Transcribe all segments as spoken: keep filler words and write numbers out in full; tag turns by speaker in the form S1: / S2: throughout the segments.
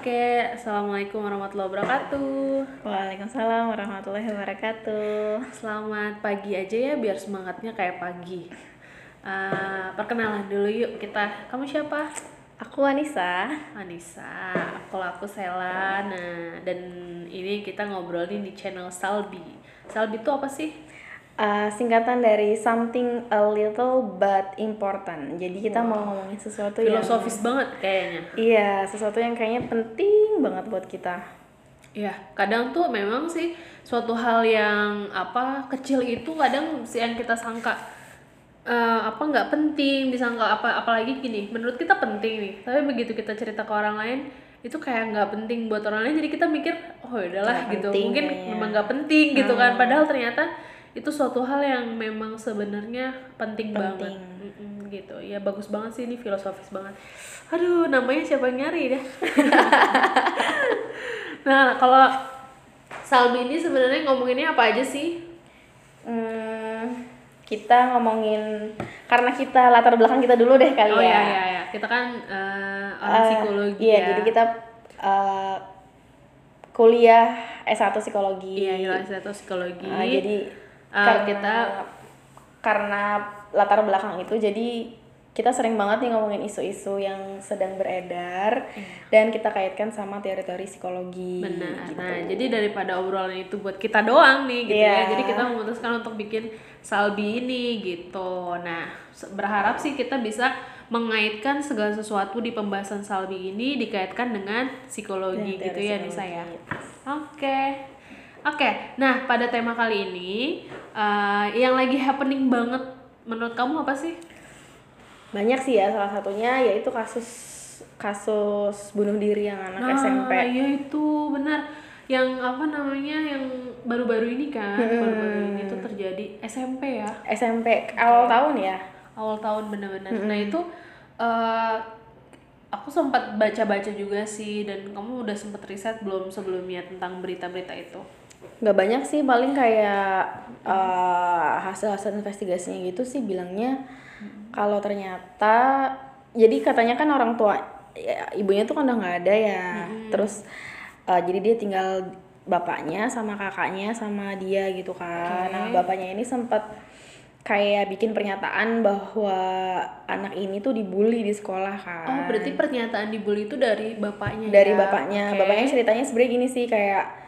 S1: Oke, Assalamualaikum warahmatullahi wabarakatuh.
S2: Waalaikumsalam warahmatullahi wabarakatuh.
S1: Selamat pagi aja ya, biar semangatnya kayak pagi. Uh, perkenalan dulu yuk kita. Kamu siapa?
S2: Aku Anissa.
S1: Anissa. Kalau aku Sela. Nah, dan ini kita ngobrolin di channel Salbi. Salbi itu apa sih?
S2: Uh, singkatan dari something a little but important. Jadi kita wow. mau ngomongin sesuatu
S1: filosofis
S2: yang
S1: filosofis banget kayaknya.
S2: Iya, sesuatu yang kayaknya penting banget buat kita.
S1: Iya, kadang tuh memang sih suatu hal yang apa kecil itu kadang sih yang kita sangka uh, apa nggak penting, disangka apa apalagi gini. Menurut kita penting nih, tapi begitu kita cerita ke orang lain itu kayak nggak penting buat orang lain. Jadi kita mikir oh udahlah gitu,
S2: penting,
S1: mungkin
S2: kayaknya.
S1: memang nggak penting gitu hmm. kan. Padahal ternyata itu suatu hal yang memang sebenarnya penting, penting. banget Mm-mm, gitu ya. Bagus banget sih, ini filosofis banget. Aduh, namanya siapa yang nyari dah. Nah, kalau Salbi ini sebenarnya ngomonginnya apa aja sih?
S2: Hmm, kita ngomongin karena kita latar belakang kita dulu deh kali
S1: oh,
S2: ya.
S1: Oh iya iya iya, kita kan uh, orang uh, psikologi
S2: iya,
S1: ya.
S2: Jadi kita uh, kuliah S satu psikologi.
S1: Iya, S satu psikologi.
S2: Uh, jadi
S1: Uh,
S2: karena
S1: kita
S2: karena latar belakang itu jadi kita sering banget nih ngomongin isu-isu yang sedang beredar hmm. dan kita kaitkan sama teori-teori psikologi.
S1: Benar.
S2: Gitu.
S1: Nah, jadi daripada obrolan itu buat kita doang nih gitu yeah. ya. Jadi kita memutuskan untuk bikin Salbi ini gitu. Nah, berharap sih kita bisa mengaitkan segala sesuatu di pembahasan Salbi ini dikaitkan dengan psikologi gitu ya, Nisa ya. Oke. Okay. Oke, okay, nah pada tema kali ini uh, yang lagi happening banget menurut kamu apa sih?
S2: Banyak sih ya, salah satunya yaitu kasus kasus bunuh diri yang anak
S1: nah,
S2: S M P.
S1: Nah, iya itu benar. Yang apa namanya yang baru-baru ini kan, hmm. baru-baru ini tuh terjadi S M P ya?
S2: S M P awal okay. tahun ya?
S1: Awal tahun benar-benar. Hmm. Nah itu uh, aku sempat baca-baca juga sih, dan kamu udah sempat riset belum sebelumnya tentang berita-berita itu?
S2: Nggak banyak sih, paling kayak uh, hasil-hasil investigasinya gitu sih bilangnya hmm. kalau ternyata jadi katanya kan orang tua ya, ibunya tuh kan udah nggak ada ya hmm. terus uh, jadi dia tinggal bapaknya sama kakaknya sama dia gitu kan. Okay. Nah bapaknya ini sempat kayak bikin pernyataan bahwa anak ini tuh dibully di sekolah kan.
S1: Oh berarti pernyataan dibully itu dari bapaknya?
S2: Dari
S1: ya?
S2: bapaknya. Okay. Bapaknya ceritanya sebenarnya gini sih, kayak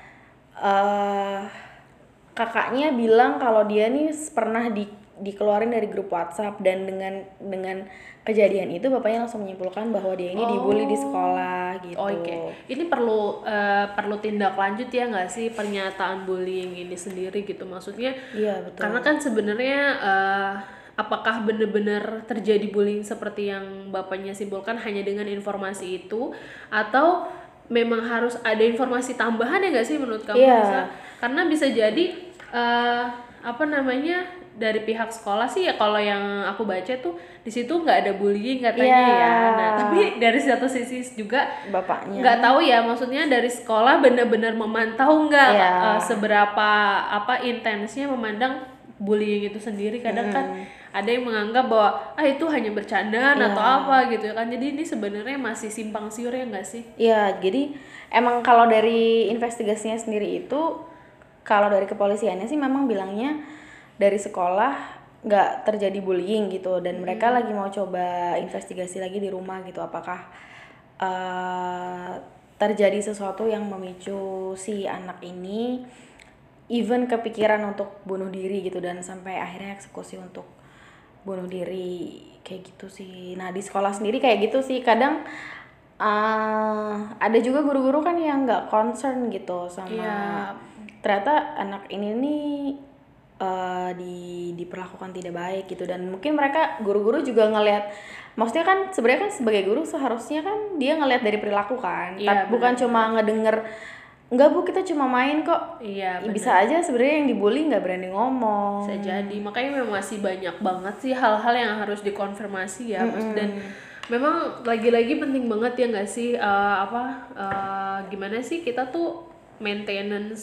S2: Uh, kakaknya bilang kalau dia nih pernah di, dikeluarin dari grup WhatsApp, dan dengan dengan kejadian itu bapaknya langsung menyimpulkan bahwa dia ini oh. dibully di sekolah gitu.
S1: Oh, oke. Okay. Ini perlu uh, perlu tindak lanjut ya nggak sih pernyataan bullying ini sendiri gitu, maksudnya?
S2: Iya betul.
S1: Karena kan sebenarnya uh, apakah benar-benar terjadi bullying seperti yang bapaknya simpulkan hanya dengan informasi itu, atau memang harus ada informasi tambahan ya nggak sih menurut kamu?
S2: Yeah.
S1: Bisa? Karena bisa jadi uh, apa namanya dari pihak sekolah sih ya, kalau yang aku baca tuh di situ nggak ada bullying katanya yeah. ya. Nah tapi dari satu sisi juga
S2: bapaknya
S1: nggak tahu ya, maksudnya dari sekolah benar-benar memantau nggak yeah. uh, seberapa apa intensnya memandang bullying itu sendiri. Kadang hmm. kan ada yang menganggap bahwa ah itu hanya bercandaan yeah. atau apa gitu kan. Jadi ini sebenarnya masih simpang siur ya nggak sih?
S2: Iya, yeah, jadi emang kalau dari investigasinya sendiri itu, kalau dari kepolisiannya sih memang bilangnya dari sekolah nggak terjadi bullying gitu, dan hmm. mereka lagi mau coba investigasi lagi di rumah gitu, apakah uh, terjadi sesuatu yang memicu si anak ini even kepikiran untuk bunuh diri gitu, dan sampai akhirnya eksekusi untuk bunuh diri kayak gitu sih. Nah di sekolah sendiri kayak gitu sih, kadang uh, ada juga guru-guru kan yang nggak concern gitu sama yeah. ternyata anak ini nih uh, di diperlakukan tidak baik gitu, dan mungkin mereka guru-guru juga ngelihat, maksudnya kan sebenarnya kan sebagai guru seharusnya kan dia ngelihat dari perilaku kan, yeah, bukan cuma ngedenger enggak bu kita cuma main kok.
S1: Iya bener.
S2: Bisa aja sebenarnya yang dibully nggak berani ngomong.
S1: Bisa jadi, makanya memang masih banyak banget sih hal-hal yang harus dikonfirmasi ya. Mm-hmm. Dan memang lagi-lagi penting banget ya nggak sih uh, apa uh, gimana sih kita tuh maintenance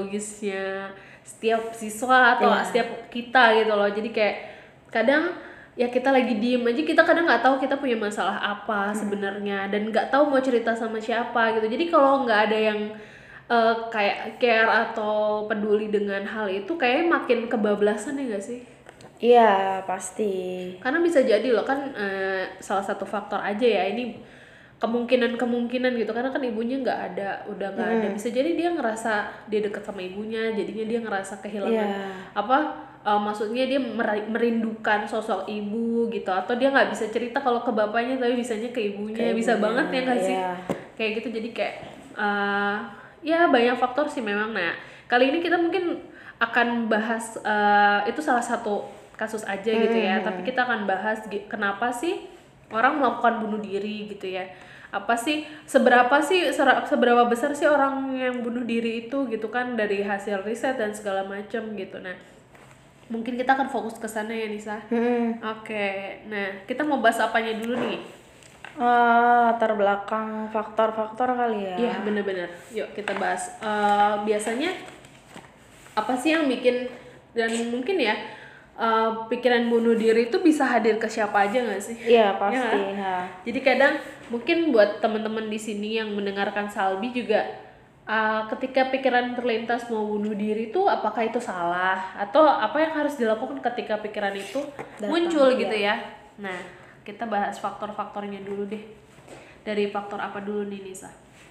S1: psikologisnya setiap siswa atau yeah. setiap kita gitu loh. Jadi kayak kadang ya kita lagi diem aja, kita kadang nggak tahu kita punya masalah apa sebenarnya, dan nggak tahu mau cerita sama siapa gitu. Jadi kalau nggak ada yang uh, kayak care atau peduli dengan hal itu, kayaknya makin kebablasan ya nggak sih?
S2: Iya pasti.
S1: Karena bisa jadi loh kan, uh, salah satu faktor aja ya ini, kemungkinan-kemungkinan gitu, karena kan ibunya nggak ada, udah nggak ada, bisa jadi dia ngerasa dia deket sama ibunya, jadinya dia ngerasa kehilangan
S2: Iya.
S1: apa, uh, maksudnya dia mer- merindukan sosok ibu gitu, atau dia nggak bisa cerita kalau ke bapaknya tapi bisanya ke ibunya,
S2: Ke
S1: bisa
S2: ibunya,
S1: banget ya nggak sih,
S2: iya.
S1: kayak gitu. Jadi kayak uh, ya banyak faktor sih memang. Nah kali ini kita mungkin akan bahas uh, itu salah satu kasus aja gitu ya, tapi kita akan bahas gi- kenapa sih orang melakukan bunuh diri gitu ya, apa sih, seberapa sih sera- seberapa besar sih orang yang bunuh diri itu gitu kan, dari hasil riset dan segala macam gitu. Nah mungkin kita akan fokus ke sana ya Nisa.
S2: Hmm.
S1: Oke, nah kita mau bahas apanya dulu nih?
S2: Uh, latar belakang faktor-faktor kali ya.
S1: Iya bener-bener, yuk kita bahas. Uh, biasanya apa sih yang bikin, dan mungkin ya uh, pikiran bunuh diri itu bisa hadir ke siapa aja nggak sih?
S2: Iya pasti.
S1: Ya kan?
S2: Ya.
S1: Jadi kadang mungkin buat teman-teman di sini yang mendengarkan Salbi juga, uh, ketika pikiran terlintas mau bunuh diri itu apakah itu salah, atau apa yang harus dilakukan ketika pikiran itu
S2: Datang,
S1: muncul
S2: iya.
S1: gitu ya. Nah kita bahas faktor-faktornya dulu deh. Dari faktor apa dulu nih Nisa?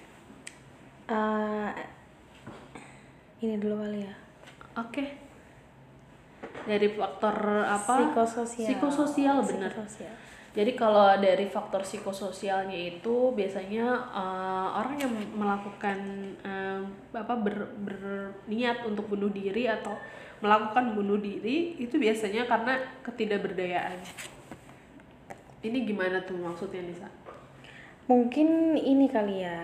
S2: Uh, ini dulu kali ya.
S1: Oke. Dari faktor apa?
S2: Psikososial.
S1: Psikososial benar.
S2: Psikososial.
S1: Jadi kalau dari faktor psikososialnya itu biasanya uh, orang yang melakukan uh, apa ber, berniat untuk bunuh diri atau melakukan bunuh diri itu biasanya karena ketidakberdayaan. Ini gimana tuh maksudnya Nisa?
S2: Mungkin ini kali ya.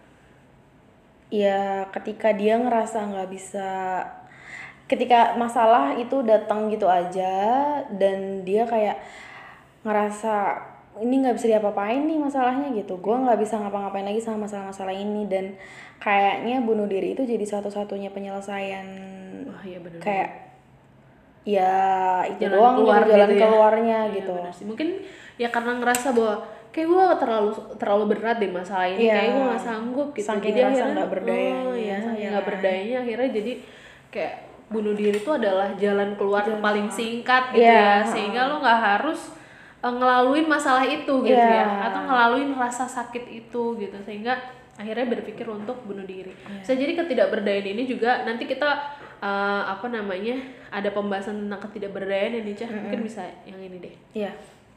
S2: Ya ketika dia ngerasa nggak bisa, ketika masalah itu datang gitu aja dan dia kayak ngerasa ini nggak bisa diapa-apain nih masalahnya gitu, gue nggak bisa ngapa-ngapain lagi sama masalah-masalah ini, dan kayaknya bunuh diri itu jadi satu-satunya penyelesaian.
S1: Wah, iya bener.
S2: Kayak ya itu
S1: Jalan
S2: doang
S1: keluar
S2: gitu, jalan
S1: gitu ya.
S2: keluarnya
S1: Iya,
S2: gitu.
S1: bener sih. Mungkin ya karena ngerasa bahwa kayak gue terlalu terlalu berat deh masalah ini,
S2: Iya.
S1: kayak gue nggak sanggup gitu.
S2: Saking
S1: Jadi
S2: ngerasa
S1: akhirnya
S2: nggak berdayanya,
S1: oh, ya, saking
S2: ya
S1: nggak
S2: kan?
S1: berdayanya akhirnya jadi kayak bunuh diri itu adalah jalan keluar paling singkat gitu
S2: Iya,
S1: ya, sehingga lo nggak harus uh, ngelaluin masalah itu gitu
S2: Iya.
S1: ya, atau ngelaluin rasa sakit itu gitu, sehingga akhirnya berpikir untuk bunuh diri. Bisa jadi ketidakberdayaan ini juga nanti kita uh, apa namanya ada pembahasan tentang ketidakberdayaan ya Nica, mungkin bisa yang ini deh.
S2: Iya.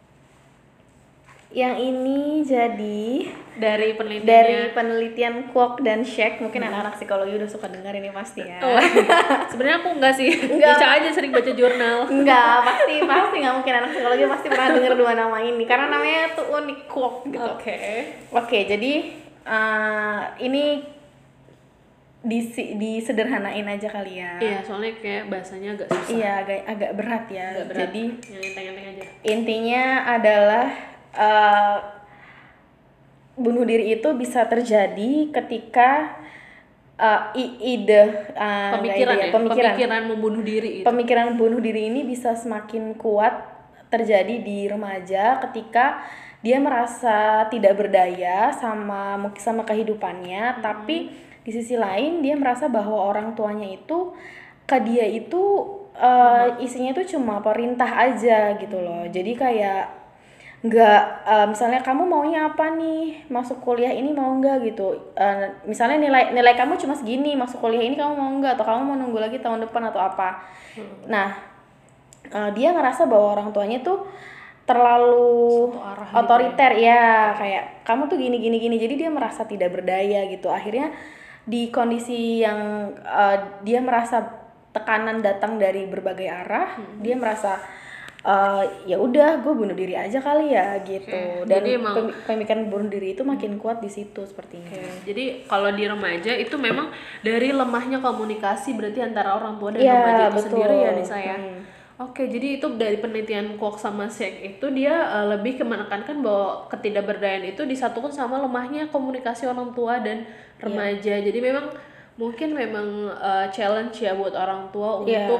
S2: Yang ini jadi
S1: Dari penelitiannya.
S2: dari penelitian Kwok dan Sheikh, mungkin anak-anak psikologi udah suka dengar ini pasti ya.
S1: Oh, sebenarnya aku enggak sih.
S2: Enggak.
S1: Nica aja sering baca jurnal.
S2: Enggak, pasti pasti nggak mungkin anak psikologi pasti pernah dengar dua nama ini karena namanya tuh unik, Kwok gitu.
S1: Oke.
S2: Oke, jadi uh, ini disi- disederhanain aja kali ya.
S1: Iya, soalnya kayak bahasanya agak susah.
S2: Iya, agak agak berat ya.
S1: Agak berat.
S2: Jadi
S1: yang enteng-enteng aja.
S2: intinya adalah uh, bunuh diri itu bisa terjadi ketika uh, i- ide uh, nggak
S1: Pemikiran
S2: ide
S1: ya,
S2: pemikiran
S1: pemikiran membunuh diri itu.
S2: pemikiran bunuh diri ini bisa semakin kuat terjadi di remaja ketika dia merasa tidak berdaya sama mungkin sama kehidupannya, tapi di sisi lain dia merasa bahwa orang tuanya itu ke dia itu uh, isinya itu cuma perintah aja gitu loh. Jadi kayak nggak uh, misalnya kamu maunya apa nih, masuk kuliah ini mau nggak gitu, uh, misalnya nilai nilai kamu cuma segini, masuk kuliah ini kamu mau nggak, atau kamu mau nunggu lagi tahun depan atau apa. hmm. Nah uh, dia ngerasa bahwa orang tuanya tuh terlalu
S1: Satu arah gitu
S2: otoriter ya, kayak kamu tuh gini gini gini, jadi dia merasa tidak berdaya gitu. Akhirnya di kondisi yang uh, dia merasa tekanan datang dari berbagai arah, hmm. dia merasa Uh, ya udah gue bunuh diri aja kali ya gitu.
S1: Okay.
S2: Dan
S1: Jadi emang-
S2: pem- pemikiran bunuh diri itu makin kuat di situ sepertinya.
S1: Oke, jadi kalau di remaja itu memang dari lemahnya komunikasi berarti antara orang tua dan
S2: Iya,
S1: remaja itu
S2: betul.
S1: sendiri ya Nisa ya.
S2: Hmm.
S1: Oke, jadi itu dari penelitian Kwok sama Sheikh itu dia uh, lebih ke menekankan bahwa ketidakberdayaan itu disatukan sama lemahnya komunikasi orang tua dan remaja. Jadi memang mungkin memang uh, challenge ya buat orang tua
S2: Iya.
S1: untuk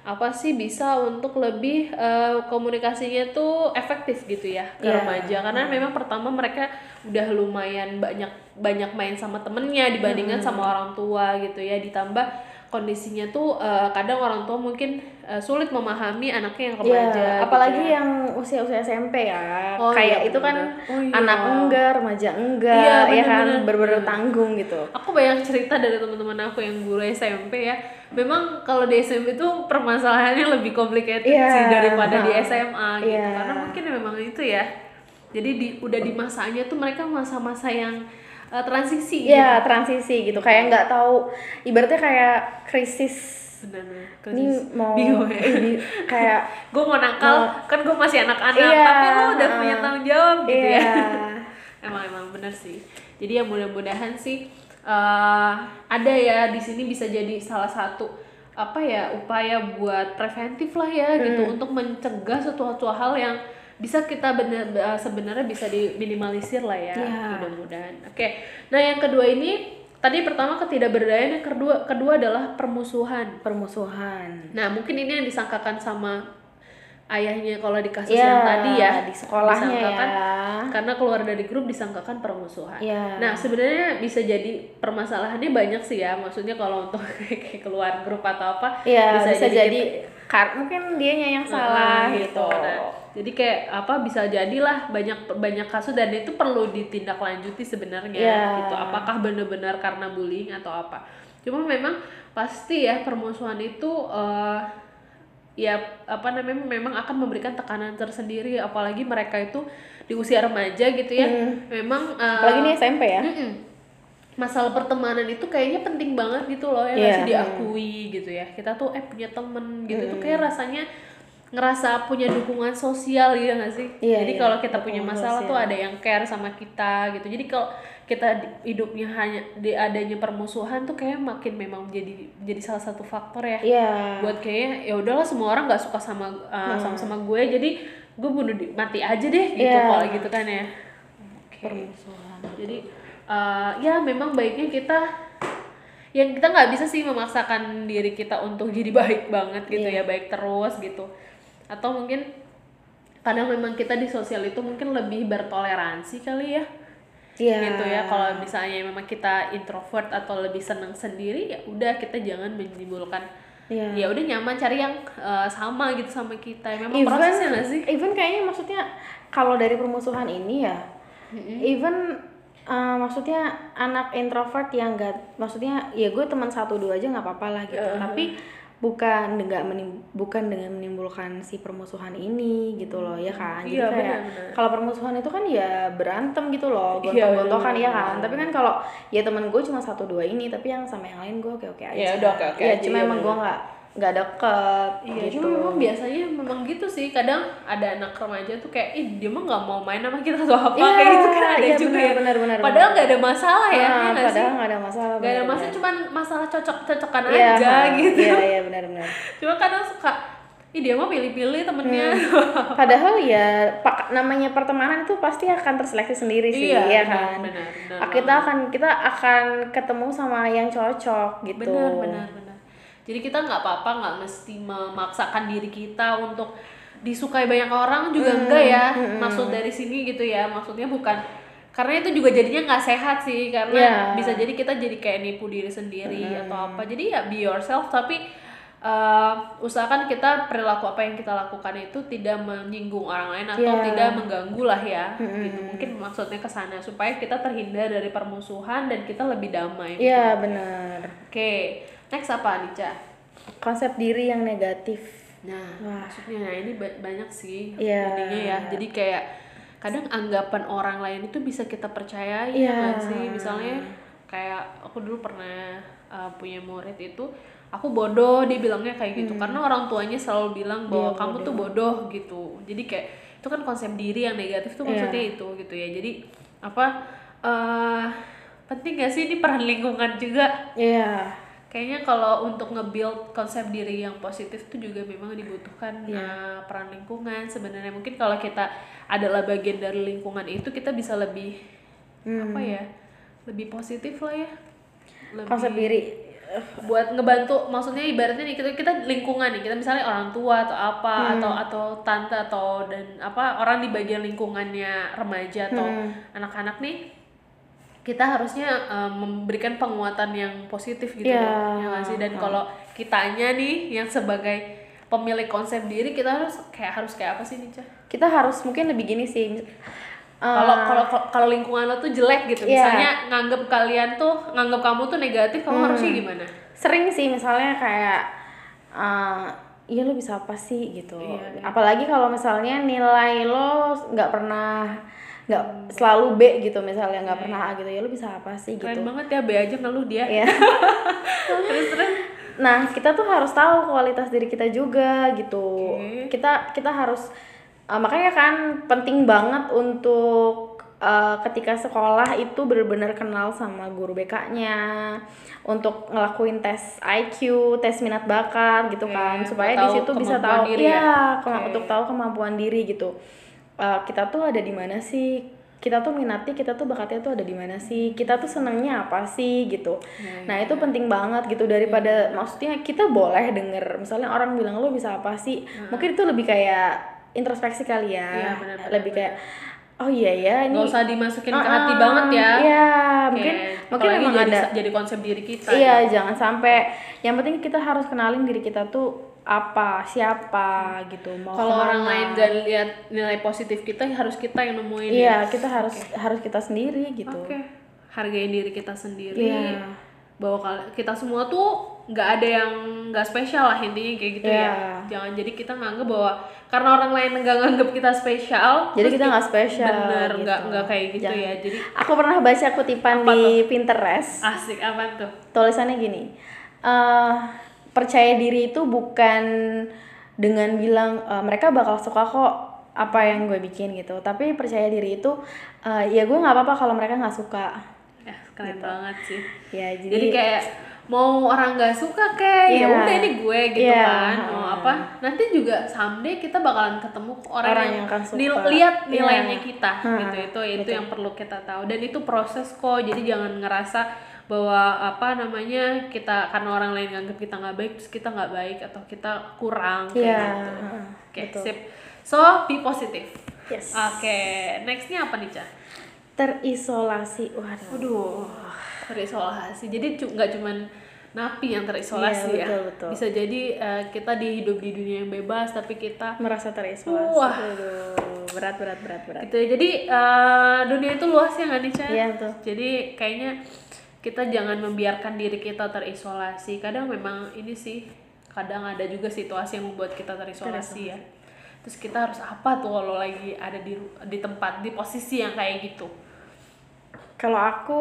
S1: apa sih bisa untuk lebih uh, komunikasinya tuh efektif gitu ya ke
S2: Yeah.
S1: remaja, karena memang pertama mereka udah lumayan banyak banyak main sama temennya dibandingkan hmm. sama orang tua gitu ya, ditambah kondisinya tuh uh, kadang orang tua mungkin uh, sulit memahami anaknya yang remaja.
S2: Yeah, apalagi
S1: gitu ya.
S2: yang usia-usia S M P ya,
S1: oh,
S2: kayak
S1: iya,
S2: itu kan
S1: oh, iya.
S2: anak enggak, remaja enggak,
S1: iya,
S2: ya kan
S1: bener-bener
S2: bertanggung gitu.
S1: Aku banyak cerita dari teman-teman aku yang guru S M P ya. Memang kalau di S M P tuh permasalahannya lebih complicated yeah. sih daripada di S M A gitu. Yeah. Karena mungkin memang itu ya. Jadi di, udah di masanya tuh mereka masa-masa yang uh, transisi
S2: Iya, yeah,
S1: gitu.
S2: transisi gitu. Kayak nggak tahu, ibaratnya kayak krisis.
S1: Benar-benar.
S2: Ini mau ini kayak
S1: gue mau nakal, mau, kan gue masih anak-anak,
S2: iya,
S1: tapi lu udah uh, punya tanggung jawab gitu
S2: iya.
S1: ya. emang emang bener sih. Jadi ya mudah-mudahan sih uh, ada ya di sini bisa jadi salah satu apa ya upaya buat preventif lah ya hmm. gitu, untuk mencegah suatu hal yang bisa kita bener uh, sebenarnya bisa diminimalisir lah ya, yeah. mudah-mudahan. Oke, okay. Nah yang kedua ini tadi pertama ketidakberdayaan, yang kedua kedua adalah permusuhan.
S2: Permusuhan.
S1: Nah mungkin ini yang disangkakan sama ayahnya kalau di kasus
S2: yeah,
S1: yang tadi ya,
S2: di sekolahnya ya,
S1: karena keluar dari grup disangkakan permusuhan.
S2: Yeah.
S1: Nah sebenarnya bisa jadi permasalahannya banyak sih ya, maksudnya kalau untuk keluar grup atau apa
S2: yeah, bisa, bisa jadi, jadi
S1: kita,
S2: mungkin dianya yang salah
S1: nah,
S2: gitu.
S1: Nah, jadi kayak apa bisa jadilah banyak banyak kasus dan itu perlu ditindaklanjuti sebenarnya yeah. gitu. Apakah benar-benar karena bullying atau apa? Cuma memang pasti ya permusuhan itu uh, ya apa namanya memang akan memberikan tekanan tersendiri, apalagi mereka itu di usia remaja gitu ya. Hmm. Memang uh,
S2: apalagi ini S M P ya.
S1: Mm-mm. Masalah pertemanan itu kayaknya penting banget gitu loh ya, yeah. Masih diakui gitu ya. Kita tuh eh punya temen gitu hmm. tuh kayak rasanya ngerasa punya dukungan sosial ya nggak sih? Yeah, jadi yeah. kalau kita punya masalah sosial tuh ada yang care sama kita gitu. Jadi kalau kita hidupnya hanya di adanya permusuhan tuh kayak makin memang jadi jadi salah satu faktor ya.
S2: Yeah.
S1: Buat kayaknya ya udahlah semua orang nggak suka sama uh, hmm. sama sama gue, jadi gue bunuh di, mati aja deh gitu yeah. kalau gitu kan ya. Okay.
S2: Permusuhan.
S1: Jadi uh, ya memang baiknya kita yang kita nggak bisa sih memaksakan diri kita untuk jadi baik banget gitu yeah. ya, baik terus gitu. Atau mungkin kadang memang kita di sosial itu mungkin lebih bertoleransi kali ya. Iya. Gitu ya. Kalau misalnya memang kita introvert atau lebih senang sendiri, ya udah kita jangan menimbulkan yeah. ya udah nyaman cari yang uh, sama gitu sama kita. Memang even, prosesnya nggak sih?
S2: Even kayaknya maksudnya kalau dari permusuhan ini ya, mm-hmm. even uh, maksudnya anak introvert yang enggak, maksudnya ya gue teman satu dua aja nggak apa-apa lah gitu. Uh-huh. Tapi bukan dengan menim, bukan dengan menimbulkan si permusuhan ini gitu loh ya kan. Jadi
S1: iya,
S2: kayak kalau permusuhan itu kan ya berantem gitu loh, gontok-gontokan ya kan. Tapi kan kalau ya temen gue cuma satu dua ini, tapi yang sama yang lain gue oke-oke aja.
S1: Ya udah oke-oke
S2: ya,
S1: aja.
S2: Cuma
S1: ya,
S2: emang gue nggak nggak deket
S1: iya,
S2: gitu.
S1: Cuma memang biasanya memang gitu sih. Kadang ada anak remaja tuh kayak ih dia mah nggak mau main sama kita atau apa yeah, kayak gitu kan ada
S2: iya,
S1: juga
S2: bener,
S1: ya.
S2: Bener, bener,
S1: padahal nggak ada masalah ya.
S2: Nah,
S1: ya gak
S2: padahal
S1: nggak
S2: ada masalah.
S1: Nggak ada masalah, cuma masalah cocok-cocokan
S2: yeah,
S1: aja gitu.
S2: Iya iya benar-benar.
S1: Cuma kadang suka ih dia mah pilih-pilih temennya.
S2: Hmm. Padahal ya pak namanya pertemanan itu pasti akan terseleksi sendiri sih
S1: iya,
S2: ya
S1: benar,
S2: kan.
S1: Benar, benar,
S2: kita benar. akan kita akan ketemu sama yang cocok gitu.
S1: Benar benar benar. Jadi kita nggak apa-apa, nggak mesti memaksakan diri kita untuk disukai banyak orang juga hmm, enggak ya. Hmm, Maksud dari sini gitu ya, maksudnya bukan karena itu juga jadinya nggak sehat sih, karena yeah. bisa jadi kita jadi kayak nipu diri sendiri hmm. atau apa. Jadi ya be yourself, tapi uh, usahakan kita perilaku apa yang kita lakukan itu tidak menyinggung orang lain atau yeah. tidak mengganggu lah ya. Hmm. Gitu. Mungkin maksudnya ke sana supaya kita terhindar dari permusuhan dan kita lebih damai.
S2: Iya yeah, benar.
S1: Oke. Okay. Next apa Nica?
S2: Konsep diri yang negatif.
S1: Nah, Wah. maksudnya nah ini ba- banyak sih
S2: yeah.
S1: ininya ya. Jadi kayak kadang anggapan orang lain itu bisa kita percayai
S2: yeah.
S1: ya sih. Misalnya kayak aku dulu pernah uh, punya murid itu, aku bodoh, dia bilangnya kayak gitu. Hmm. Karena orang tuanya selalu bilang bahwa yeah, kamu bodoh. tuh bodoh gitu. Jadi kayak itu kan konsep diri yang negatif tuh maksudnya yeah. itu gitu ya. Jadi apa uh, penting gak sih ini peran lingkungan juga?
S2: Iya. Yeah.
S1: Kayaknya kalau untuk nge-build konsep diri yang positif itu juga memang dibutuhkan yeah. uh, peran lingkungan. Sebenarnya mungkin kalau kita adalah bagian dari lingkungan itu, kita bisa lebih hmm. apa ya, lebih positif lah ya. Lebih,
S2: konsep diri
S1: buat ngebantu, maksudnya ibaratnya nih kita, kita lingkungan nih, kita misalnya orang tua atau apa hmm. atau atau tante atau dan apa orang di bagian lingkungannya remaja atau hmm. anak-anak nih, kita harusnya um, memberikan penguatan yang positif gitu yeah. ya nggak sih. Dan hmm. kalau kitanya nih yang sebagai pemilik konsep diri, kita harus kayak harus kayak apa sih Nica?
S2: Kita harus mungkin lebih gini sih.
S1: Kalau uh, kalau kalau lingkungan lo tuh jelek gitu, yeah. misalnya nganggep kalian tuh nganggep kamu tuh negatif, kamu hmm. harusnya gimana?
S2: Sering sih misalnya kayak, uh, iya lo bisa apa sih gitu. Yeah, yeah. Apalagi kalau misalnya nilai lo nggak pernah nggak hmm. selalu B gitu misalnya, nggak yeah. pernah A gitu, ya lo bisa apa sih gitu.
S1: Keren banget ya, B aja ngeluh dia.
S2: Yeah. terus terus. Nah kita tuh harus tahu kualitas diri kita juga gitu. Okay. Kita kita harus Uh, makanya kan penting banget untuk uh, ketika sekolah itu benar-benar kenal sama guru B K-nya, untuk ngelakuin tes I Q, tes minat bakat gitu okay, kan, supaya di situ bisa tahu
S1: diri
S2: ya,
S1: okay.
S2: untuk tahu kemampuan diri gitu. Uh, kita tuh ada di mana sih? Kita tuh minatnya, kita tuh bakatnya tuh ada di mana sih? Kita tuh senangnya apa sih gitu. Yeah, nah, yeah. itu penting banget gitu, daripada yeah. maksudnya kita boleh denger misalnya orang bilang lo bisa apa sih? Uh-huh. Mungkin itu lebih kayak introspeksi kali ya, ya bener, bener, lebih kayak oh iya ya ini
S1: nggak usah dimasukin uh, ke hati banget ya.
S2: Iya, mungkin mungkin memang
S1: jadi,
S2: ada
S1: jadi konsep diri kita.
S2: Iya,
S1: ya.
S2: Jangan sampai. Yang penting kita harus kenalin diri kita tuh apa, siapa gitu.
S1: Kalau orang lain gak lihat nilai positif kita, harus kita yang nemuin.
S2: Iya,
S1: ya.
S2: kita harus okay. harus kita sendiri gitu.
S1: Oke. Okay. Hargain diri kita sendiri.
S2: Iya.
S1: Bahwa kita semua tuh nggak ada yang nggak spesial lah, intinya kayak gitu
S2: yeah.
S1: ya. Jangan jadi kita nganggep bahwa karena orang lain nggak nganggep kita spesial,
S2: jadi kita nggak spesial.
S1: Bener, nggak
S2: gitu.
S1: nggak kayak gitu. Jangan. Ya. Jadi
S2: aku pernah baca kutipan di tuh? Pinterest.
S1: Asik, apa tuh?
S2: Tulisannya gini, uh, percaya diri itu bukan dengan bilang uh, mereka bakal suka kok apa yang gue bikin gitu, tapi percaya diri itu uh, ya gue nggak apa-apa kalau mereka nggak suka.
S1: Ya keren gitu. Banget sih.
S2: Ya jadi,
S1: jadi kayak mau orang nggak suka kayak
S2: yeah.
S1: ya udah ini gue gitu yeah. kan, mau
S2: hmm.
S1: apa nanti juga someday kita bakalan ketemu orang,
S2: orang
S1: yang,
S2: yang kan suka.
S1: Nil- lihat nilainya
S2: yeah.
S1: kita hmm. gitu. Itu itu yang perlu kita tahu, dan itu proses kok. Jadi jangan ngerasa bahwa apa namanya kita karena orang lain nganggap kita nggak baik terus kita nggak baik atau kita kurang kayak
S2: yeah.
S1: gitu. Oke, okay, sip. So be positive.
S2: Yes.
S1: Oke, okay. Nextnya apa nih, Ca?
S2: Terisolasi. Waduh.
S1: Waduh. Terisolasi. Jadi nggak cu- cuman napi yang terisolasi yeah,
S2: ya.
S1: Betul, betul. Bisa jadi uh, kita di hidup di dunia yang bebas tapi kita
S2: merasa terisolasi.
S1: Wah.
S2: Aduh, berat berat berat berat.
S1: Gitu ya. Jadi uh, dunia itu luas ya nggak nih, Ca?
S2: Iya, betul.
S1: Jadi kayaknya kita jangan membiarkan diri kita terisolasi. Kadang memang ini sih, kadang ada juga situasi yang membuat kita terisolasi, terisolasi. ya. Terus kita harus apa tuh kalau lagi ada di di tempat di posisi yang kayak gitu?
S2: Kalau aku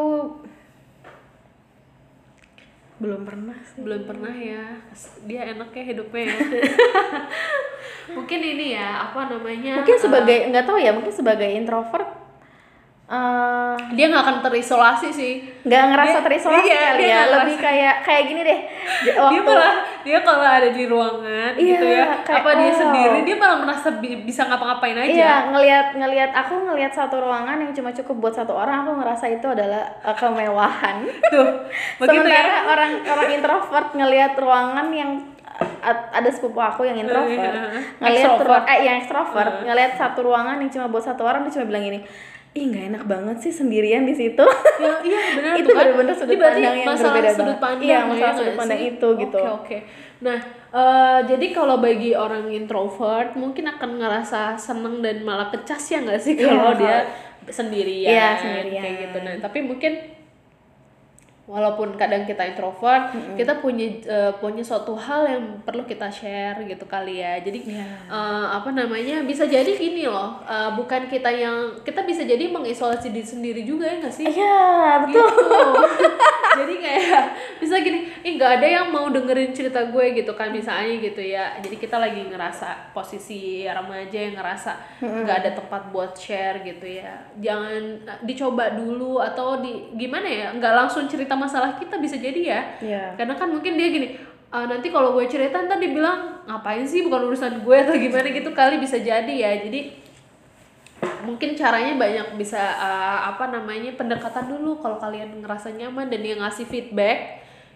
S2: belum pernah sih.
S1: Belum pernah ya. Dia enak ya hidupnya ya. Mungkin ini ya, apa namanya?
S2: Mungkin sebagai nggak uh, tahu ya, mungkin sebagai introvert uh,
S1: dia nggak akan terisolasi sih.
S2: Nggak ngerasa dia, terisolasi
S1: iya,
S2: kali ya. Lebih kayak kayak gini deh.
S1: Waktu, dia malah dia kalau ada di ruangan iya, gitu ya, kayak, apa oh. dia sendiri dia malah merasa bi- bisa ngapa-ngapain aja.
S2: Iya, ngelihat ngelihat aku ngelihat satu ruangan yang cuma cukup buat satu orang, aku ngerasa itu adalah uh, kemewahan. Tuh. Sementara ya? orang orang introvert ngelihat ruangan yang uh, ada sepupu aku yang introvert, ngelihat ruangan eh yang ekstrovert, uh. ngelihat satu ruangan yang cuma buat satu orang, dia cuma bilang gini, ih nggak enak banget sih sendirian di situ.
S1: Ya, iya benar
S2: itu benar-benar sudut pandang yang berbeda
S1: sudut pandang,
S2: iya masalah ya, sudut pandang sih? itu gitu.
S1: Oke oke. Nah uh, jadi kalau bagi orang introvert mungkin akan ngerasa seneng dan malah kecas ya nggak sih kalau yeah, dia sendirian,
S2: yeah, sendirian
S1: kayak gitu. Nah tapi mungkin walaupun kadang kita introvert, mm-hmm. kita punya uh, punya suatu hal yang perlu kita share gitu kali ya. Jadi yeah. uh, apa namanya bisa jadi gini loh, uh, bukan kita yang kita bisa jadi mengisolasi diri sendiri juga ya nggak sih?
S2: Iya yeah, betul.
S1: Gitu. Jadi kayak bisa gini, ih nggak ada yang mau dengerin cerita gue gitu kan misalnya gitu ya. Jadi kita lagi ngerasa posisi remaja yang ngerasa nggak mm-hmm. ada tempat buat share gitu ya. Jangan uh, dicoba dulu atau di gimana ya, nggak langsung cerita masalah kita bisa jadi ya,
S2: yeah.
S1: karena kan mungkin dia gini, uh, nanti kalau gue cerita ntar dia bilang ngapain sih, bukan urusan gue atau gimana gitu kali, bisa jadi ya. Jadi mungkin caranya banyak, bisa uh, apa namanya pendekatan dulu kalau kalian ngerasa nyaman dan dia ngasih feedback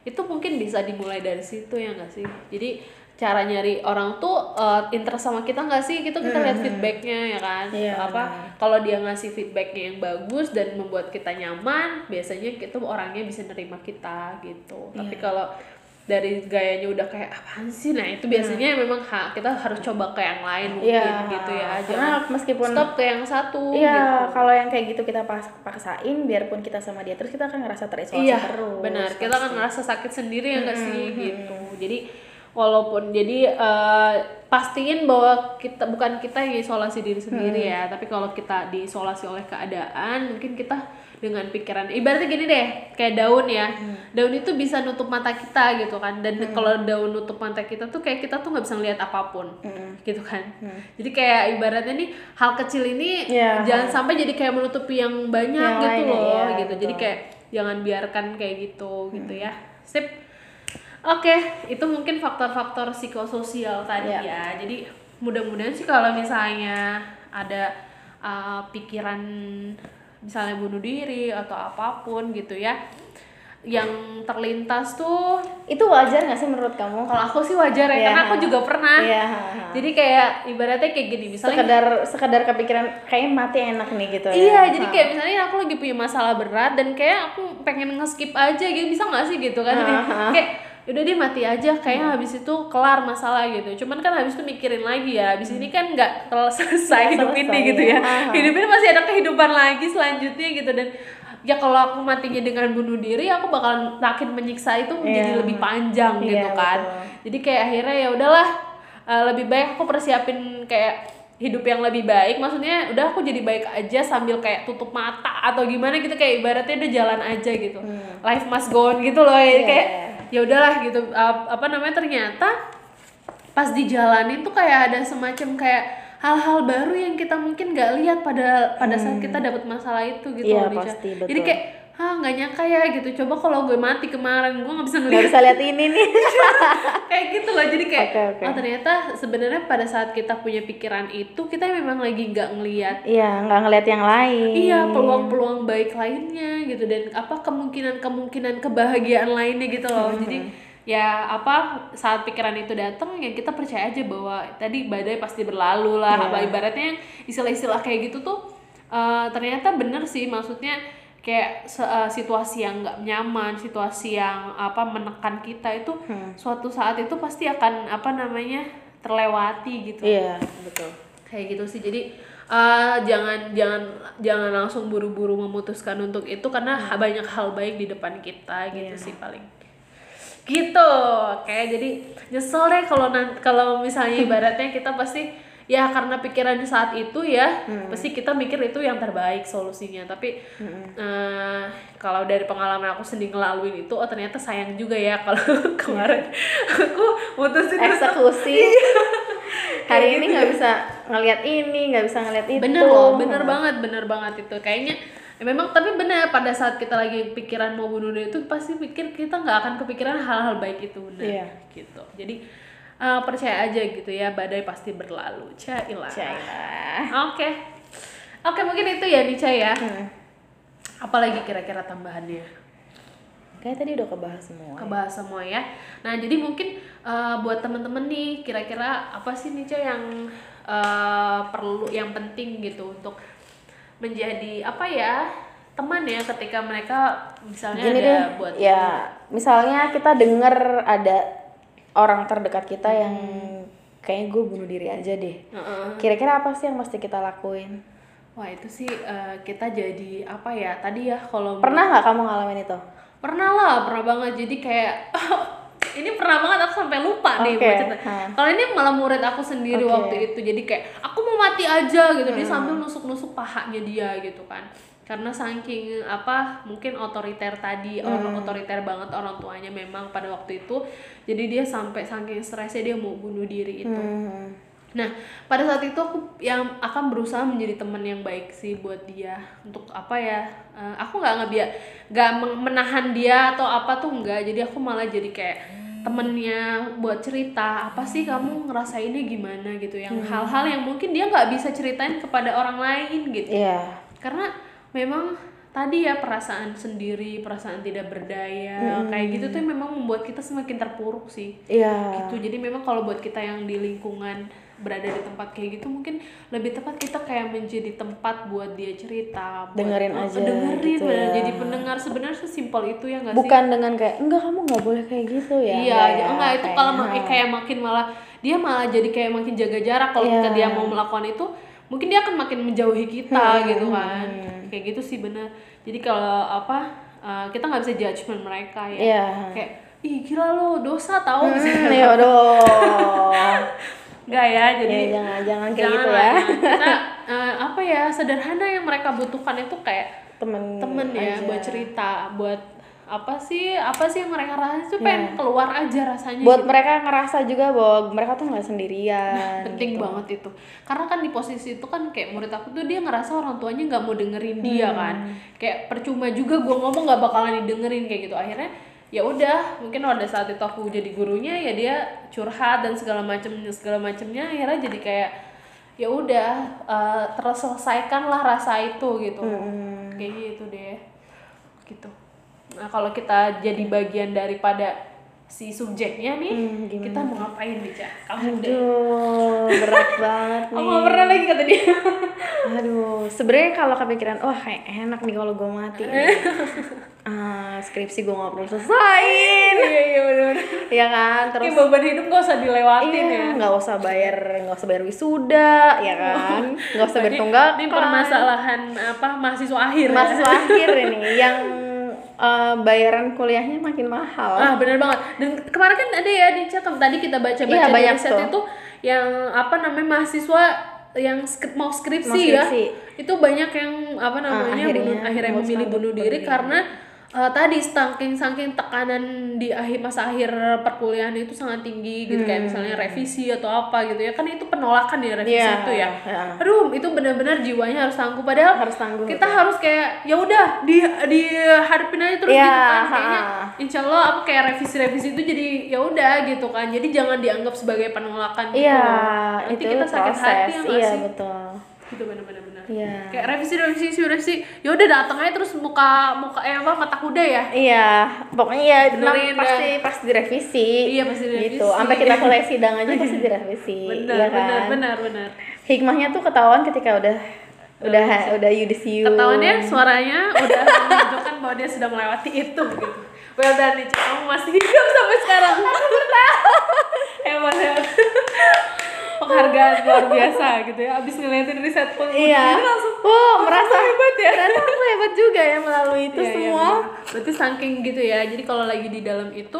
S1: itu mungkin bisa dimulai dari situ ya nggak sih. Jadi cara nyari orang tuh uh, interest sama kita nggak sih, gitu kita lihat feedbacknya ya kan.
S2: Iya,
S1: Apa kalau dia ngasih feedbacknya yang bagus dan membuat kita nyaman, biasanya kita orangnya bisa nerima kita gitu.
S2: Iya.
S1: Tapi kalau dari gayanya udah kayak apaan sih, nah itu biasanya memang ha, kita harus coba ke yang lain mungkin
S2: Iya,
S1: gitu ya.
S2: karena
S1: Jangan
S2: meskipun
S1: stop ke yang satu.
S2: Iya,
S1: gitu.
S2: kalau yang kayak gitu kita pas paksain, biarpun kita sama dia terus kita akan ngerasa terisolasi
S1: Iya,
S2: terus.
S1: benar. Kita
S2: pasti.
S1: akan ngerasa sakit sendiri ya nggak
S2: Mm-mm,
S1: sih
S2: mm-mm.
S1: gitu. Jadi walaupun jadi eh, pastiin bahwa kita bukan kita yang isolasi diri sendiri ya, tapi kalau kita diisolasi oleh keadaan, mungkin kita dengan pikiran ibaratnya gini deh, kayak daun ya. Daun itu bisa nutup mata kita gitu kan. Dan kalau daun nutup mata kita tuh kayak kita tuh nggak bisa lihat apapun. Gitu kan. Jadi kayak ibaratnya nih hal kecil ini
S2: Iya.
S1: jangan sampai jadi kayak menutupi yang banyak
S2: Yang
S1: gitu
S2: lainnya,
S1: loh
S2: iya,
S1: gitu. Jadi
S2: betul.
S1: kayak jangan biarkan kayak gitu gitu ya. Sip. Oke, itu mungkin faktor-faktor psikososial tadi
S2: Iya.
S1: ya. Jadi mudah-mudahan sih kalau misalnya ada uh, pikiran misalnya bunuh diri atau apapun gitu ya yang terlintas tuh,
S2: Itu wajar nggak sih menurut kamu?
S1: kalau aku sih wajar ya,
S2: Iya.
S1: karena aku juga pernah.
S2: Iya.
S1: Jadi kayak ibaratnya kayak gini misalnya.
S2: sekedar sekedar kepikiran kayak mati enak nih gitu ya.
S1: Iya, jadi
S2: Ha.
S1: kayak misalnya aku lagi punya masalah berat dan kayak aku pengen nge-skip aja gitu, bisa nggak sih gitu kan?
S2: Aha.
S1: Kayak udah deh mati aja, kayaknya habis itu kelar masalah gitu. Cuman kan habis itu mikirin lagi ya, habis ini kan nggak tel- selesai
S2: Nggak
S1: hidup
S2: selesai,
S1: ini gitu ya.
S2: aha.
S1: Hidup ini masih ada kehidupan lagi selanjutnya gitu. Dan ya kalau aku matinya dengan bunuh diri, aku bakal makin menyiksa itu menjadi
S2: Iya.
S1: lebih panjang
S2: Iya,
S1: gitu kan.
S2: betul.
S1: Jadi kayak akhirnya ya udahlah, uh, lebih baik aku persiapin kayak hidup yang lebih baik, maksudnya udah aku jadi baik aja sambil kayak tutup mata atau gimana gitu, kayak ibaratnya udah jalan aja gitu. Life must go on gitu loh ya.
S2: Iya.
S1: Kayak ya udahlah gitu. Uh, apa namanya, ternyata pas dijalanin tuh kayak ada semacam kayak hal-hal baru yang kita mungkin nggak lihat pada pada saat kita dapat masalah itu gitu
S2: Iya,
S1: loh, Dica.
S2: pasti,
S1: Jadi
S2: betul.
S1: kayak ah nggak nyangka ya gitu, coba kalau gue mati kemarin gue nggak bisa
S2: Nggak
S1: ngeliat
S2: bisa lihat ini nih.
S1: kayak gitu loh. Jadi kayak
S2: Oke, oke.
S1: oh ternyata sebenarnya pada saat kita punya pikiran itu kita memang lagi nggak ngelihat
S2: Iya, nggak ngelihat yang lain.
S1: iya peluang-peluang baik lainnya gitu, dan apa kemungkinan-kemungkinan kebahagiaan lainnya gitu loh. Jadi ya apa saat pikiran itu datang ya kita percaya aja bahwa tadi badai pasti berlalu lah.
S2: Iya.
S1: Apa ibaratnya yang istilah-istilah kayak gitu tuh eh, ternyata bener sih, maksudnya kayak se- eh, situasi yang nggak nyaman, situasi yang apa menekan kita itu suatu saat itu pasti akan apa namanya terlewati gitu.
S2: Iya, betul.
S1: Kayak gitu sih. Jadi uh, jangan jangan jangan langsung buru-buru memutuskan untuk itu, karena ha- banyak hal baik di depan kita gitu
S2: Iya.
S1: sih paling. Gitu. Kayak jadi nyesel deh kalau nan- kalau misalnya ibaratnya kita pasti ya karena pikiran saat itu ya pasti kita mikir itu yang terbaik solusinya. Tapi uh, kalau dari pengalaman aku sendiri ngelaluin itu, oh ternyata sayang juga ya kalau kemarin aku mutusin untuk-
S2: Eksekusi. Hari
S1: Kayak
S2: ini
S1: gitu.
S2: nggak bisa ngelihat ini, nggak bisa ngelihat itu.
S1: Bener loh, bener banget, bener banget itu. Kayaknya ya memang, tapi bener pada saat kita lagi pikiran mau bunuh diri itu pasti pikir kita nggak akan kepikiran hal-hal baik itu, bener.
S2: Iya.
S1: Gitu. Jadi uh, percaya aja gitu ya, badai pasti berlalu. Cailah.
S2: Cailah.
S1: Oke, oke mungkin itu ya Nica ya.
S2: Hmm.
S1: Apalagi kira-kira tambahannya?
S2: Kayak tadi udah kebahas semua.
S1: Kebahas semua ya. Nah jadi mungkin uh, buat temen-temen nih, kira-kira apa sih Nica yang uh, perlu, yang penting gitu untuk menjadi apa ya teman ya ketika mereka misalnya
S2: Gini
S1: ada
S2: deh,
S1: buat
S2: ya misalnya kita denger ada orang terdekat kita yang kayaknya gue bunuh diri aja deh.
S1: Heeh.
S2: Kira-kira apa sih yang mesti kita lakuin?
S1: Wah itu sih uh, kita jadi apa ya tadi ya kalau
S2: Pernah nggak kamu ngalamin itu?
S1: pernah lah, pernah banget. Jadi kayak ini pernah banget, aku sampai lupa deh
S2: Oke,
S1: mau cerita.
S2: ha.
S1: Kalau ini malah murid aku sendiri
S2: Oke.
S1: waktu itu. Jadi kayak aku mau mati aja gitu, dia sambil nusuk-nusuk pahanya dia gitu kan. Karena saking apa mungkin otoriter tadi, orang otoriter banget orang tuanya memang pada waktu itu. Jadi dia sampai saking stresnya dia mau bunuh diri itu.
S2: Hmm.
S1: Nah, pada saat itu aku yang akan berusaha menjadi teman yang baik sih buat dia. Untuk apa ya? eh, aku nggak ngebiak, nggak men- menahan dia atau apa tuh enggak. Jadi aku malah jadi kayak temennya buat cerita. Apa sih kamu ngerasainnya gimana gitu? Yang hal-hal yang mungkin dia nggak bisa ceritain kepada orang lain gitu.
S2: Iya.
S1: Karena memang tadi ya perasaan sendiri, perasaan tidak berdaya, hmm. kayak gitu tuh memang membuat kita semakin terpuruk sih.
S2: Iya.
S1: Gitu. Jadi memang kalau buat kita yang di lingkungan berada di tempat kayak gitu, mungkin lebih tepat kita kayak menjadi tempat buat dia cerita, buat
S2: dengerin aja.
S1: Dengerin,
S2: gitu ya.
S1: Jadi pendengar sebenarnya sesimpel itu ya nggak sih?
S2: Bukan dengan kayak enggak kamu nggak boleh kayak gitu ya.
S1: Iya,
S2: ya,
S1: enggak itu kalau kayak, kayak makin malah dia malah jadi kayak makin jaga jarak kalau yeah. kita dia mau melakukan itu. Mungkin dia akan makin menjauhi kita hmm, gitu kan, hmm. kayak gitu sih bener. Jadi kalau apa uh, kita nggak bisa judgement mereka ya,
S2: yeah.
S1: kayak ih gila lo dosa tahu
S2: hmm,
S1: misalnya.
S2: Ya aduh.
S1: Nggak ya, jadi
S2: ya, jangan jangan kayak
S1: jangan
S2: gitu ya.
S1: Kita uh, apa ya sederhana yang mereka butuhkan itu kayak
S2: temen
S1: temen ya
S2: aja.
S1: Buat cerita, buat apa sih apa sih yang mereka rasa itu pengen yeah. keluar aja rasanya
S2: buat
S1: gitu.
S2: Mereka ngerasa juga bahwa mereka tuh nggak sendirian.
S1: Nah, penting
S2: gitu.
S1: banget itu karena kan di posisi itu kan kayak murid aku tuh dia ngerasa orang tuanya nggak mau dengerin hmm. dia kan, kayak percuma juga gue ngomong nggak bakalan didengerin kayak gitu. Akhirnya ya udah mungkin pada saat itu aku jadi gurunya ya dia curhat dan segala macamnya segala macamnya akhirnya jadi kayak ya udah uh, terselesaikan lah rasa itu gitu. hmm. Kayak gitu deh gitu. Nah kalau kita jadi bagian daripada si subjeknya nih, hmm, kita mau ngapain nih Cak? Kamu deh.
S2: Aduh, berat banget nih.
S1: Aku gak pernah lagi kata dia.
S2: Aduh, sebenarnya kalau kepikiran, wah kayak enak nih kalau gue mati. uh, skripsi gue gak perlu selesain.
S1: Iya iya benar.
S2: Iya kan, terus.
S1: Kayak beban hidup gak usah dilewatin
S2: iya,
S1: ya.
S2: Gak usah bayar, gak usah bayar wisuda, ya kan. Gak usah bayar tunggakan.
S1: Ini permasalahan apa mahasiswa akhir.
S2: Mahasiswa ya? akhir ini yang Uh, bayaran kuliahnya makin mahal.
S1: Ah benar banget. Dan kemarin kan ada ya di chat tadi kita baca-baca
S2: iya,
S1: di chat itu yang apa namanya mahasiswa yang skri- mau skripsi, mau skripsi ya itu banyak yang apa namanya uh, akhirnya, bunuh, akhirnya memilih bunuh diri karena uh, tadi saking saking tekanan di akhir masa akhir perkuliahan itu sangat tinggi gitu. hmm. Kayak misalnya revisi atau apa gitu ya kan itu penolakan ya revisi yeah, itu ya yeah. Aduh itu benar-benar jiwanya harus tangguh padahal
S2: harus tangguh,
S1: kita
S2: betul.
S1: harus kayak ya udah di dihadapin aja terus yeah, gitu kan kayaknya insya Allah apa kayak revisi-revisi itu jadi ya udah gitu kan jadi jangan dianggap sebagai penolakan gitu
S2: yeah,
S1: nanti
S2: itu
S1: kita sakit
S2: proses.
S1: hati ya nggak
S2: iya,
S1: sih
S2: betul.
S1: Gitu benar-benar
S2: yeah.
S1: Kayak revisi revisi revisi ya udah datang aja terus muka muka eh apa mata kuda ya
S2: iya pokoknya ya benerin pasti dah. pasti direvisi
S1: iya pasti direvisi
S2: gitu sampai kita mulai sidang aja pasti direvisi
S1: benar
S2: ya kan?
S1: benar benar benar
S2: hikmahnya tuh ketahuan ketika udah udah uh, udah yudisium
S1: ketahuannya suaranya udah menunjukkan bahwa dia sudah melewati itu gitu. Well done nih, kamu masih hidup sampai sekarang. Aku bertahan. Hebat hebat. Penghargaan luar biasa gitu ya. Abis ngeliatin riset pun
S2: iya.
S1: langsung
S2: oh, merasa
S1: hebat ya.
S2: Ternyata aku hebat juga ya melalui itu iya, semua.
S1: Iya, berarti saking gitu ya. Jadi kalau lagi di dalam itu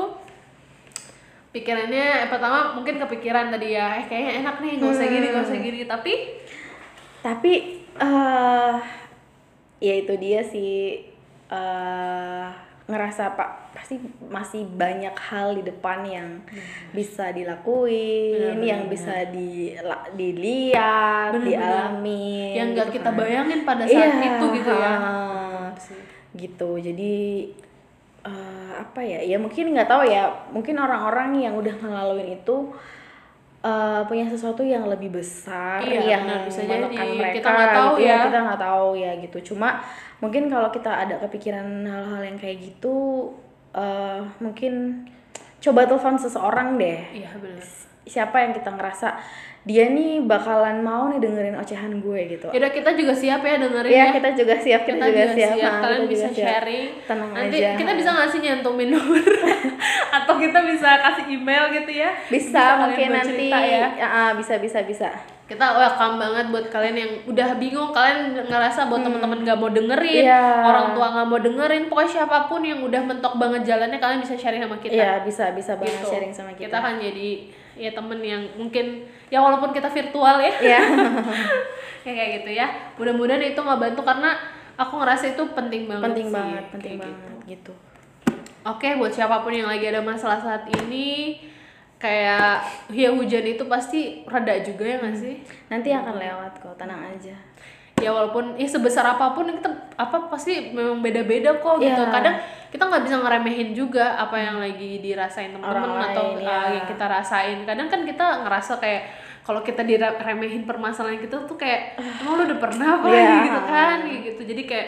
S1: pikirannya eh, pertama mungkin kepikiran tadi ya, eh kayaknya enak nih, nggak usah hmm. gini, nggak usah gini. Tapi
S2: tapi uh, ya itu dia sih uh, ngerasa pak pasti masih banyak hal di depan yang hmm. bisa dilakuin, benar, yang benar. bisa di, dilihat, benar, dialami,
S1: yang nggak gitu kita kan. bayangin pada saat yeah. itu gitu ya,
S2: uh, gitu. Jadi uh, apa ya? Ya mungkin nggak tahu ya. Mungkin orang-orang yang udah ngelaluin itu uh, punya sesuatu yang lebih besar,
S1: iya,
S2: yang
S1: benar, bisa
S2: menekan
S1: jadi.
S2: mereka.
S1: Kita nggak tahu
S2: gitu
S1: ya.
S2: Kita nggak tahu ya gitu. Cuma mungkin kalau kita ada kepikiran hal-hal yang kayak gitu, uh, mungkin coba telepon seseorang deh.
S1: Iya benar.
S2: Siapa yang kita ngerasa dia nih bakalan mau nih dengerin ocehan gue gitu.
S1: Yaudah kita juga siap ya dengerin
S2: ya.
S1: ya.
S2: Kita juga siap, kita, kita juga, juga siap. siap. Nah,
S1: kalian
S2: kita
S1: bisa
S2: juga siap.
S1: sharing.
S2: Tenang
S1: Nanti
S2: aja.
S1: kita bisa ngasih nyantumin nomor atau kita bisa kasih email gitu ya.
S2: Bisa, bisa mungkin nanti ya. Uh, bisa bisa bisa.
S1: Kita welcome banget buat kalian yang udah bingung, kalian ngerasa buat hmm. teman-teman nggak mau dengerin,
S2: yeah.
S1: orang tua nggak mau dengerin, pokoknya siapapun yang udah mentok banget jalannya kalian bisa sharing sama kita.
S2: Iya yeah, bisa bisa banget
S1: gitu.
S2: sharing sama kita.
S1: Kita kan jadi ya temen yang mungkin ya walaupun kita virtual ya,
S2: yeah.
S1: ya kayak gitu ya. Mudah-mudahan itu nggak bantu karena aku ngerasa itu penting banget.
S2: Penting
S1: sih,
S2: banget, penting
S1: banget
S2: gitu. gitu.
S1: Oke, buat siapapun yang lagi ada masalah saat ini. Kayak ya hujan itu pasti reda juga ya nggak sih?
S2: Nanti akan lewat kok, tenang aja.
S1: Ya walaupun ya sebesar apapun kita apa pasti memang beda-beda kok gitu.
S2: Yeah.
S1: Kadang kita nggak bisa ngeremehin juga apa yang lagi dirasain teman-teman atau
S2: ya.
S1: uh, yang kita rasain. Kadang kan kita ngerasa kayak kalau kita diremehin permasalahan kita tuh kayak emang lu udah pernah apa
S2: yeah.
S1: gitu kan gitu. Jadi kayak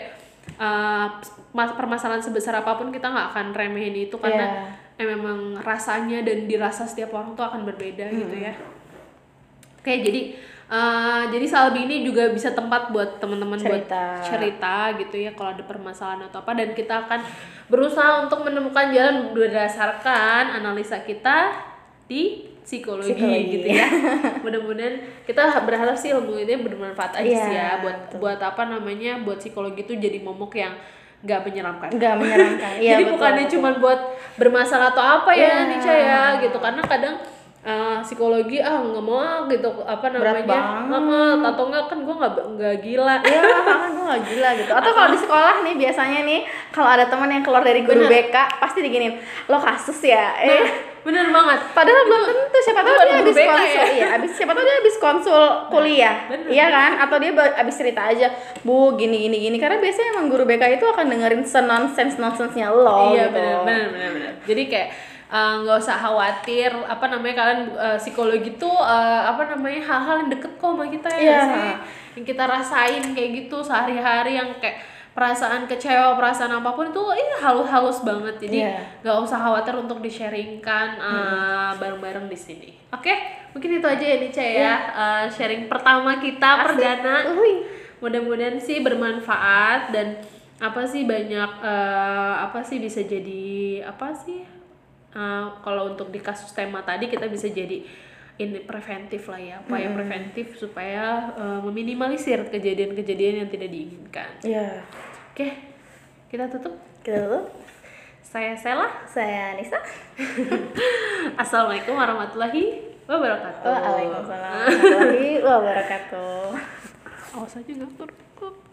S1: uh, mas- permasalahan sebesar apapun kita nggak akan remehin itu karena
S2: Iya.
S1: eh, memang rasanya dan dirasa setiap orang tuh akan berbeda gitu ya. Oke, jadi uh, jadi Salbi ini juga bisa tempat buat teman-teman buat
S2: Cerita.
S1: cerita gitu ya kalau ada permasalahan atau apa, dan kita akan berusaha untuk menemukan jalan berdasarkan analisa kita di psikologi,
S2: Psikologi.
S1: gitu ya. Mudah-mudahan kita berharap sih ilmu ini bermanfaat aja
S2: Iya,
S1: sih ya buat
S2: betul.
S1: buat apa namanya buat psikologi itu jadi momok yang nggak menyeramkan.
S2: Nggak menyeramkan. Iya,
S1: Jadi
S2: betul,
S1: bukannya
S2: betul.
S1: cuma buat bermasalah atau apa ya
S2: Iya.
S1: Nica ya gitu, karena kadang uh, psikologi ah nggak mau ah, gitu apa
S2: Berat
S1: namanya
S2: banget.
S1: atau enggak kan gue nggak nggak gila.
S2: Iya, kan gue gak gila gitu. Atau kalau di sekolah nih biasanya nih kalau ada teman yang keluar dari guru
S1: Bener.
S2: B K pasti diginin, lo kasus ya. Eh,
S1: Bener banget.
S2: padahal belum tentu, siapa tahu
S1: Itu
S2: dia
S1: ada
S2: habis
S1: guru B K
S2: konsul,
S1: ya?
S2: iya, habis siapa tahu dia habis konsul kuliah,
S1: bener.
S2: iya kan? Atau dia ba- habis cerita aja, bu gini gini gini. Karena biasanya emang guru B K itu akan dengerin senonsens nonsensnya lo.
S1: Iya
S2: gitu.
S1: benar benar benar benar. Jadi kayak uh, nggak usah khawatir apa namanya kalian uh, psikologi tuh uh, apa namanya hal-hal yang deket kok sama kita ya
S2: Iya.
S1: sih, yang kita rasain kayak gitu sehari-hari, yang kayak perasaan kecewa, perasaan apapun itu ini halus-halus banget. Jadi
S2: Iya.
S1: nggak usah khawatir untuk di-sharingkan uh, bareng-bareng di sini. Oke, mungkin itu aja ya Nica ya. Uh, sharing pertama kita
S2: Asik.
S1: perdana.
S2: Uhuy.
S1: Mudah-mudahan sih bermanfaat dan apa sih banyak eh, apa sih bisa jadi apa sih eh, kalau untuk di kasus tema tadi kita bisa jadi ini preventif lah ya, upaya preventif supaya eh, meminimalisir kejadian-kejadian yang tidak diinginkan.
S2: Iya.
S1: Oke, kita tutup.
S2: Kita dulu.
S1: Saya Sela.
S2: Saya Nisa.
S1: Assalamualaikum warahmatullahi wabarakatuh.
S2: Waalaikumsalam warahmatullahi wabarakatuh.
S1: Awas aja nggak tertutup.